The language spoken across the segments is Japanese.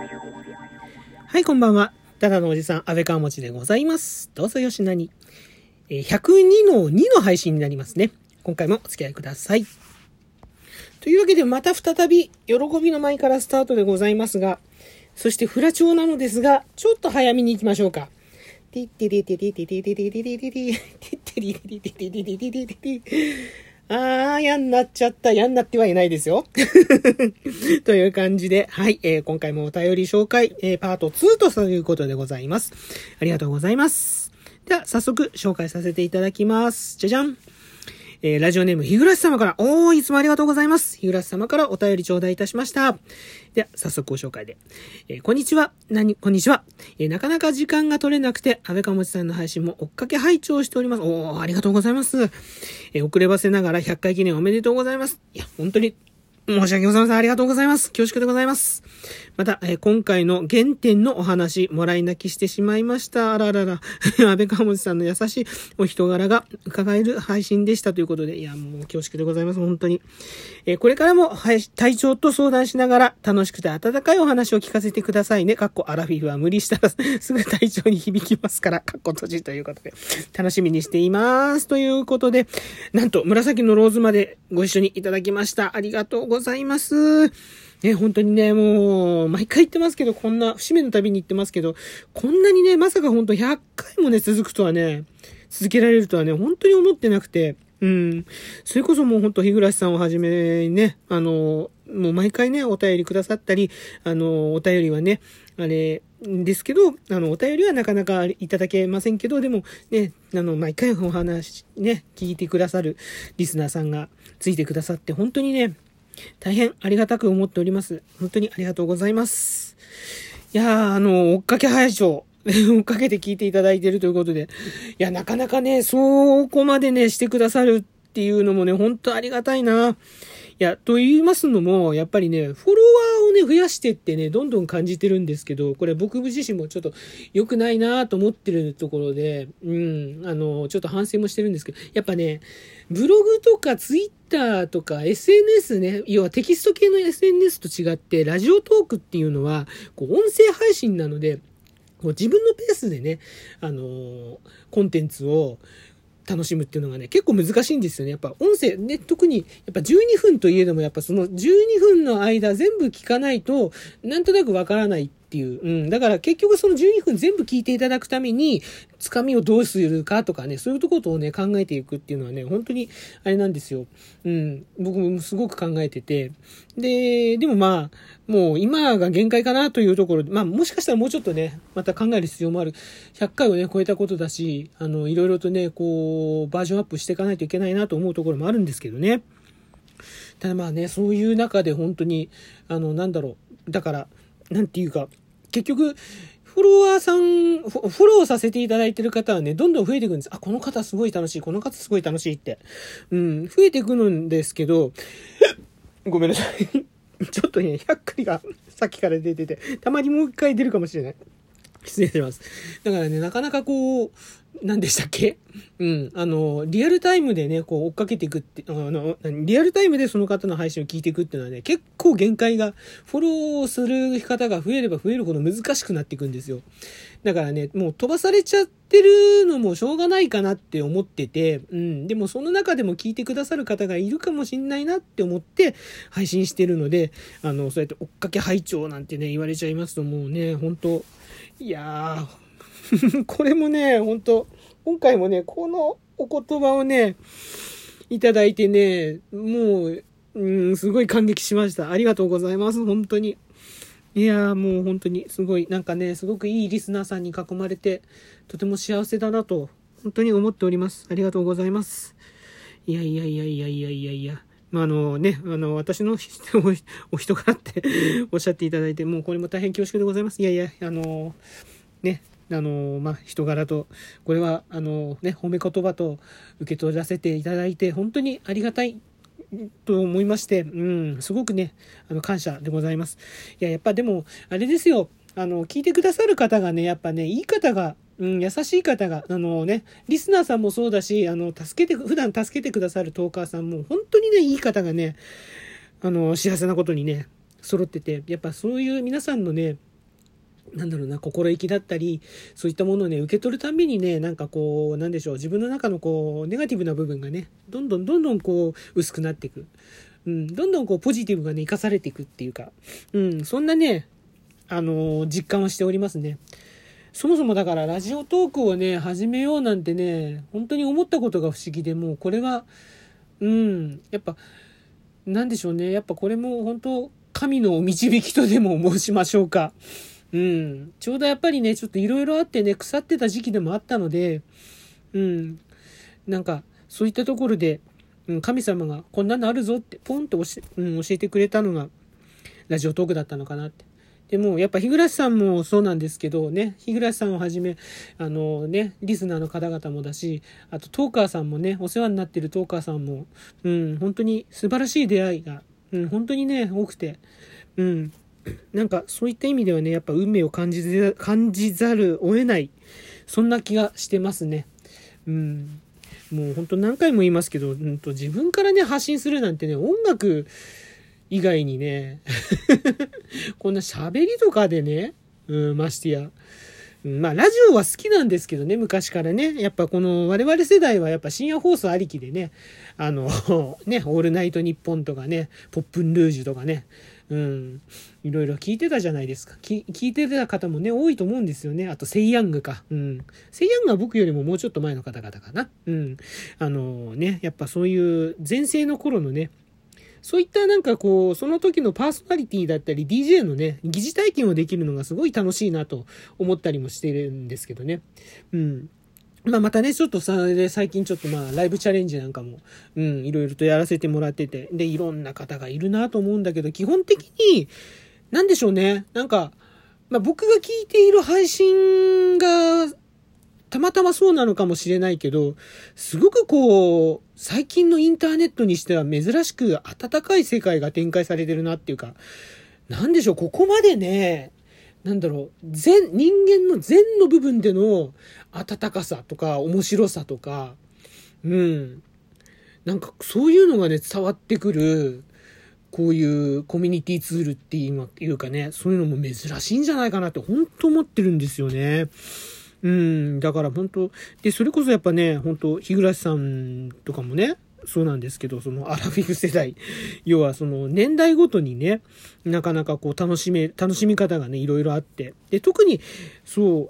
はい、こんばんは。ただのおじさん、安倍川持でございます。どうぞよしなに。102の2の配信になりますね。今回もお付き合いください。というわけで、また再び、喜びの舞からスタートでございますが、そしてフラ調なのですが、ちょっと早めに行きましょうか。やんなっちゃった。やんなってはいないですよ。という感じで、はい、今回もお便り紹介、パート2ということでございます。ありがとうございます。では、早速紹介させていただきます。じゃじゃん。ラジオネーム、日暮様から、いつもありがとうございます。日暮様からお便り頂戴いたしました。では、早速ご紹介で。こんにちは。こんにちは。なかなか時間が取れなくて、安倍かもちさんの配信も追っかけ拝聴しております。ありがとうございます。遅ればせながら100回記念おめでとうございます。いや、本当に、申し訳ございません。ありがとうございます。恐縮でございます。また、今回の原点のお話、もらい泣きしてしまいました。あららら。安倍川本さんの優しいお人柄が伺える配信でしたということで、いや、もう恐縮でございます。本当に。これからも、体調と相談しながら、楽しくて温かいお話を聞かせてくださいね。アラフィフは無理したらすぐ体調に響きますから、閉じということで、楽しみにしています。ということで、なんと、紫のローズまでご一緒にいただきました。ありがとうございます。本当にね、もう、毎回言ってますけど、こんな、節目のたびに言ってますけど、こんなにね、まさか本当100回もね、続くとはね、続けられるとはね、本当に思ってなくて、それこそもう本当、日暮さんをはじめね、もう毎回ね、お便りくださったり、お便りはね、あれ、ですけど、お便りはなかなかいただけませんけど、でもね、毎回お話ね、聞いてくださるリスナーさんがついてくださって、本当にね、大変ありがたく思っております。本当にありがとうございます。いやー、追っかけ拝聴追っかけて聞いていただいているということで、いや、なかなかね、そこまでね、してくださるっていうのもね、本当ありがたいな。いや、と言いますのも、やっぱりね、フォロワーをね、増やしてってね、どんどん感じてるんですけど、これ僕自身もちょっと良くないなと思ってるところで、ちょっと反省もしてるんですけど、やっぱね、ブログとかツイッターとか SNS ね、要はテキスト系の SNS と違って、ラジオトークっていうのは、音声配信なので、自分のペースでね、コンテンツを楽しむっていうのがね、結構難しいんですよね。やっぱ音声ね、特にやっぱ12分といえども、やっぱその12分の間全部聞かないと、なんとなくわからないっていう。だから結局その12分全部聞いていただくために、つかみをどうするかとかね、そういうことをね、考えていくっていうのはね、本当にあれなんですよ。僕もすごく考えてて。でもまあ、もう今が限界かなというところで、まあもしかしたらもうちょっとね、また考える必要もある。100回をね、超えたことだし、いろいろとね、バージョンアップしていかないといけないなと思うところもあるんですけどね。ただまあね、そういう中で本当に、だから、なんていうか、結局、フォロワーさん、フォローさせていただいている方はね、どんどん増えていくんです。この方すごい楽しい、この方すごい楽しいって。増えていくんですけど、ごめんなさい。ちょっとね、100回がさっきから出てて、たまにもう一回出るかもしれない。失礼します。だからね、なかなか何でしたっけ？リアルタイムでね、追っかけていくって、リアルタイムでその方の配信を聞いていくっていうのはね、結構限界が、フォローする方が増えれば増えるほど難しくなっていくんですよ。だからね、もう飛ばされちゃってるのもしょうがないかなって思ってて、でもその中でも聞いてくださる方がいるかもしんないなって思って配信してるので、そうやって追っかけ拝聴なんてね、言われちゃいますともうね、本当いやー、これもね、本当今回もね、このお言葉をね、いただいてね、もう、すごい感激しました。ありがとうございます、本当に。いやーもう本当にすごい、なんかね、すごくいいリスナーさんに囲まれて、とても幸せだなと、本当に思っております。ありがとうございます。いや。私のお人柄っておっしゃっていただいて、もうこれも大変恐縮でございます。人柄と、これは、褒め言葉と受け取らせていただいて、本当にありがたいと思いまして、すごくね、感謝でございます。いや、やっぱでも、あれですよ、聞いてくださる方がね、やっぱね、いい方が、優しい方が、リスナーさんもそうだし、普段助けてくださるトーカーさんも、本当にね、いい方がね、幸せなことにね、揃ってて、やっぱそういう皆さんのね、 なんだろうな、心意気だったり、そういったものをね、受け取るたびにね、なんかこう、なんでしょう、自分の中のこう、ネガティブな部分がね、どんどんこう、薄くなっていく。どんどんこう、ポジティブがね、生かされていくっていうか、そんなね、実感はしておりますね。そもそもだからラジオトークをね、始めようなんてね、本当に思ったことが不思議で、もうこれは、やっぱ、なんでしょうね。やっぱこれも本当、神のお導きとでも申しましょうか。ちょうどやっぱりね、ちょっといろいろあってね、腐ってた時期でもあったので、なんか、そういったところで、神様がこんなのあるぞって、ポンと教えてくれたのが、ラジオトークだったのかなって。でも、やっぱ日暮さんもそうなんですけどね、日暮さんをはじめ、リスナーの方々もだし、あとトーカーさんもね、お世話になってるトーカーさんも、本当に素晴らしい出会いが、本当にね、多くて、なんかそういった意味ではね、やっぱ運命を感じざるを得ない、そんな気がしてますね。もう本当何回も言いますけど、自分からね、発信するなんてね、音楽以外にね、こんな喋りとかでね、ましてや。まあ、ラジオは好きなんですけどね、昔からね。やっぱこの我々世代はやっぱ深夜放送ありきでね、オールナイトニッポンとかね、ポップンルージュとかね、いろいろ聞いてたじゃないですか。聞いてた方もね、多いと思うんですよね。あと、セイヤングか。セイヤングは僕よりももうちょっと前の方々かな。やっぱそういう前世の頃のね、そういったなんかこう、その時のパーソナリティだったり DJ のね、疑似体験をできるのがすごい楽しいなと思ったりもしてるんですけどね。またね、ちょっと最近ちょっとライブチャレンジなんかも、いろいろとやらせてもらってて、で、いろんな方がいるなと思うんだけど、基本的に、なんでしょうね、なんか、僕が聞いている配信が、たまたまそうなのかもしれないけど、すごくこう、最近のインターネットにしては珍しく温かい世界が展開されてるなっていうか、なんでしょう、ここまでね、人間の善の部分での温かさとか面白さとか、なんかそういうのがね、伝わってくる、こういうコミュニティツールっていうかね、そういうのも珍しいんじゃないかなって本当思ってるんですよね。だから本当で、それこそやっぱね、本当日暮さんとかもね、そうなんですけど、そのアラフィフ世代、要はその年代ごとにね、なかなかこう楽しみ方がね、いろいろあって、で、特に、そう、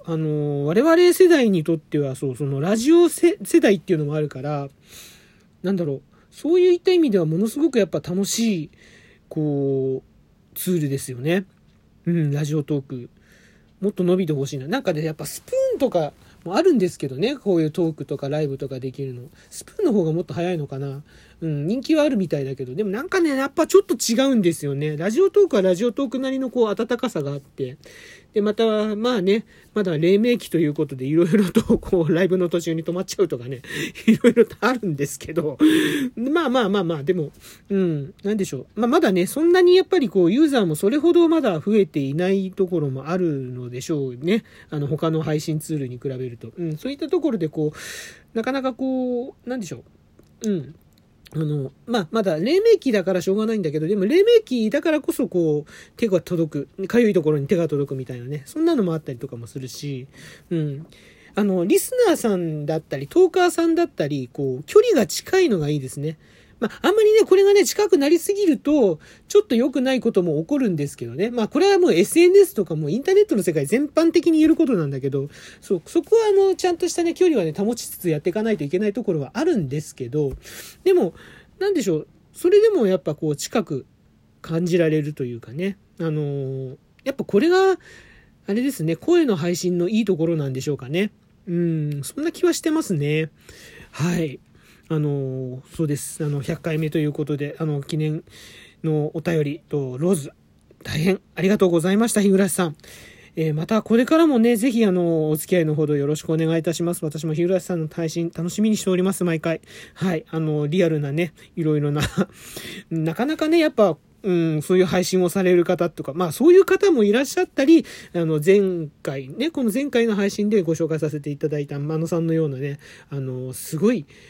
我々世代にとっては、そのラジオ世代っていうのもあるから、そういった意味ではものすごくやっぱ楽しい、こう、ツールですよね。ラジオトーク。もっと伸びてほしいな。なんかね、やっぱスプーンとかもあるんですけどね。こういうトークとかライブとかできるの。スプーンの方がもっと早いのかな。人気はあるみたいだけど。でもなんかね、やっぱちょっと違うんですよね。ラジオトークはラジオトークなりのこう温かさがあって。で、また、まだ黎明期ということでいろいろとこうライブの途中に止まっちゃうとかね。いろいろとあるんですけど。でも、なんでしょう。まだね、そんなにやっぱりこうユーザーもそれほどまだ増えていないところもあるのでしょうね。他の配信ツールに比べると。そういったところでこう、なかなかこう、なんでしょう。まだ黎明期だからしょうがないんだけど、でも黎明期だからこそこう、手が届く、かゆいところに手が届くみたいなね、そんなのもあったりとかもするし、リスナーさんだったり、トーカーさんだったり、こう、距離が近いのがいいですね。あんまりね、これがね、近くなりすぎると、ちょっと良くないことも起こるんですけどね。これはもう SNS とかもインターネットの世界全般的に言えることなんだけど、そこはちゃんとしたね、距離はね、保ちつつやっていかないといけないところはあるんですけど、でも、なんでしょう、それでもやっぱこう、近く感じられるというかね。やっぱこれが、あれですね、声の配信のいいところなんでしょうかね。そんな気はしてますね。はい。そうです。100回目ということで、記念のお便りとローズ、大変ありがとうございました、日暮さん。またこれからもね、ぜひお付き合いのほどよろしくお願いいたします。私も日暮さんの配信楽しみにしております、毎回。はい。リアルなね、いろいろな、なかなかね、やっぱ、そういう配信をされる方とか、そういう方もいらっしゃったり、前回ね、この前回の配信でご紹介させていただいた真野さんのようなね、すごい、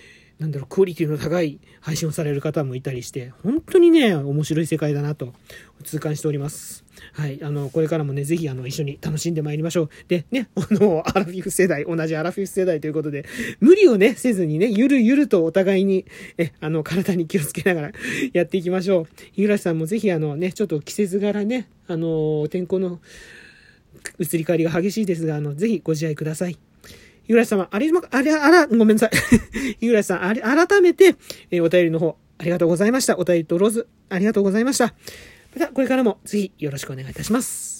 クオリティの高い配信をされる方もいたりして、本当にね、面白い世界だなと痛感しております。はい。これからもね、ぜひ一緒に楽しんでまいりましょう。で、ね、アラフィフ世代、同じアラフィフ世代ということで、無理をね、せずにね、ゆるゆるとお互いに、体に気をつけながらやっていきましょう。日暮さんもぜひちょっと季節柄ね、天候の移り変わりが激しいですが、ぜひご自愛ください。日暮様、ごめんなさい。日暮さん、改めて、お便りの方、ありがとうございました。お便りとローズ、ありがとうございました。また、これからもぜひよろしくお願いいたします。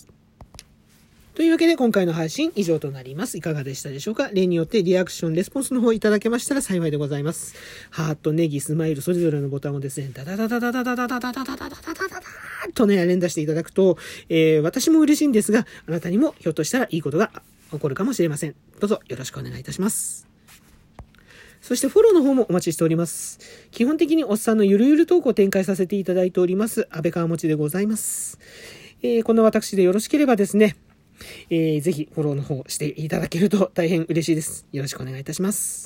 というわけで、今回の配信以上となります。いかがでしたでしょうか？例によってリアクション、レスポンスの方いただけましたら幸いでございます。ハート、ネギ、スマイル、それぞれのボタンをですね、ダダダダダダダダダダダダダダダダとね、連打していただくと、私も嬉しいんですが、あなたにもひょっとしたらいいことが起こるかもしれません。どうぞよろしくお願いいたします。そしてフォローの方もお待ちしております。基本的におっさんのゆるゆるトークを展開させていただいております、安倍川持ちでございます。こんな私でよろしければですね、ぜひフォローの方していただけると大変嬉しいです。よろしくお願いいたします。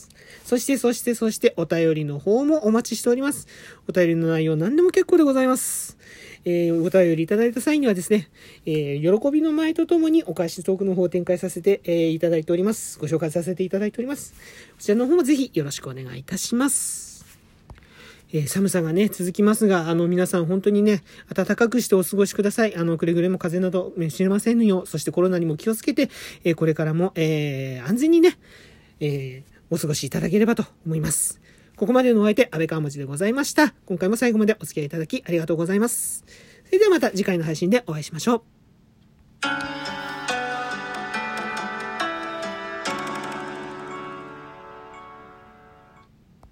そしてお便りの方もお待ちしております。お便りの内容何でも結構でございます。お便りいただいた際にはですね、喜びの舞とともにお返しトークの方を展開させて、いただいております。ご紹介させていただいております。こちらの方もぜひよろしくお願いいたします。寒さがね、続きますが、皆さん本当にね、暖かくしてお過ごしください。くれぐれも風邪など知れませんよう、そしてコロナにも気をつけて、これからも、安全にね、お過ごしいただければと思います。ここまでのお相手、安倍川持でございました。今回も最後までお付き合いいただきありがとうございます。それではまた次回の配信でお会いしましょう。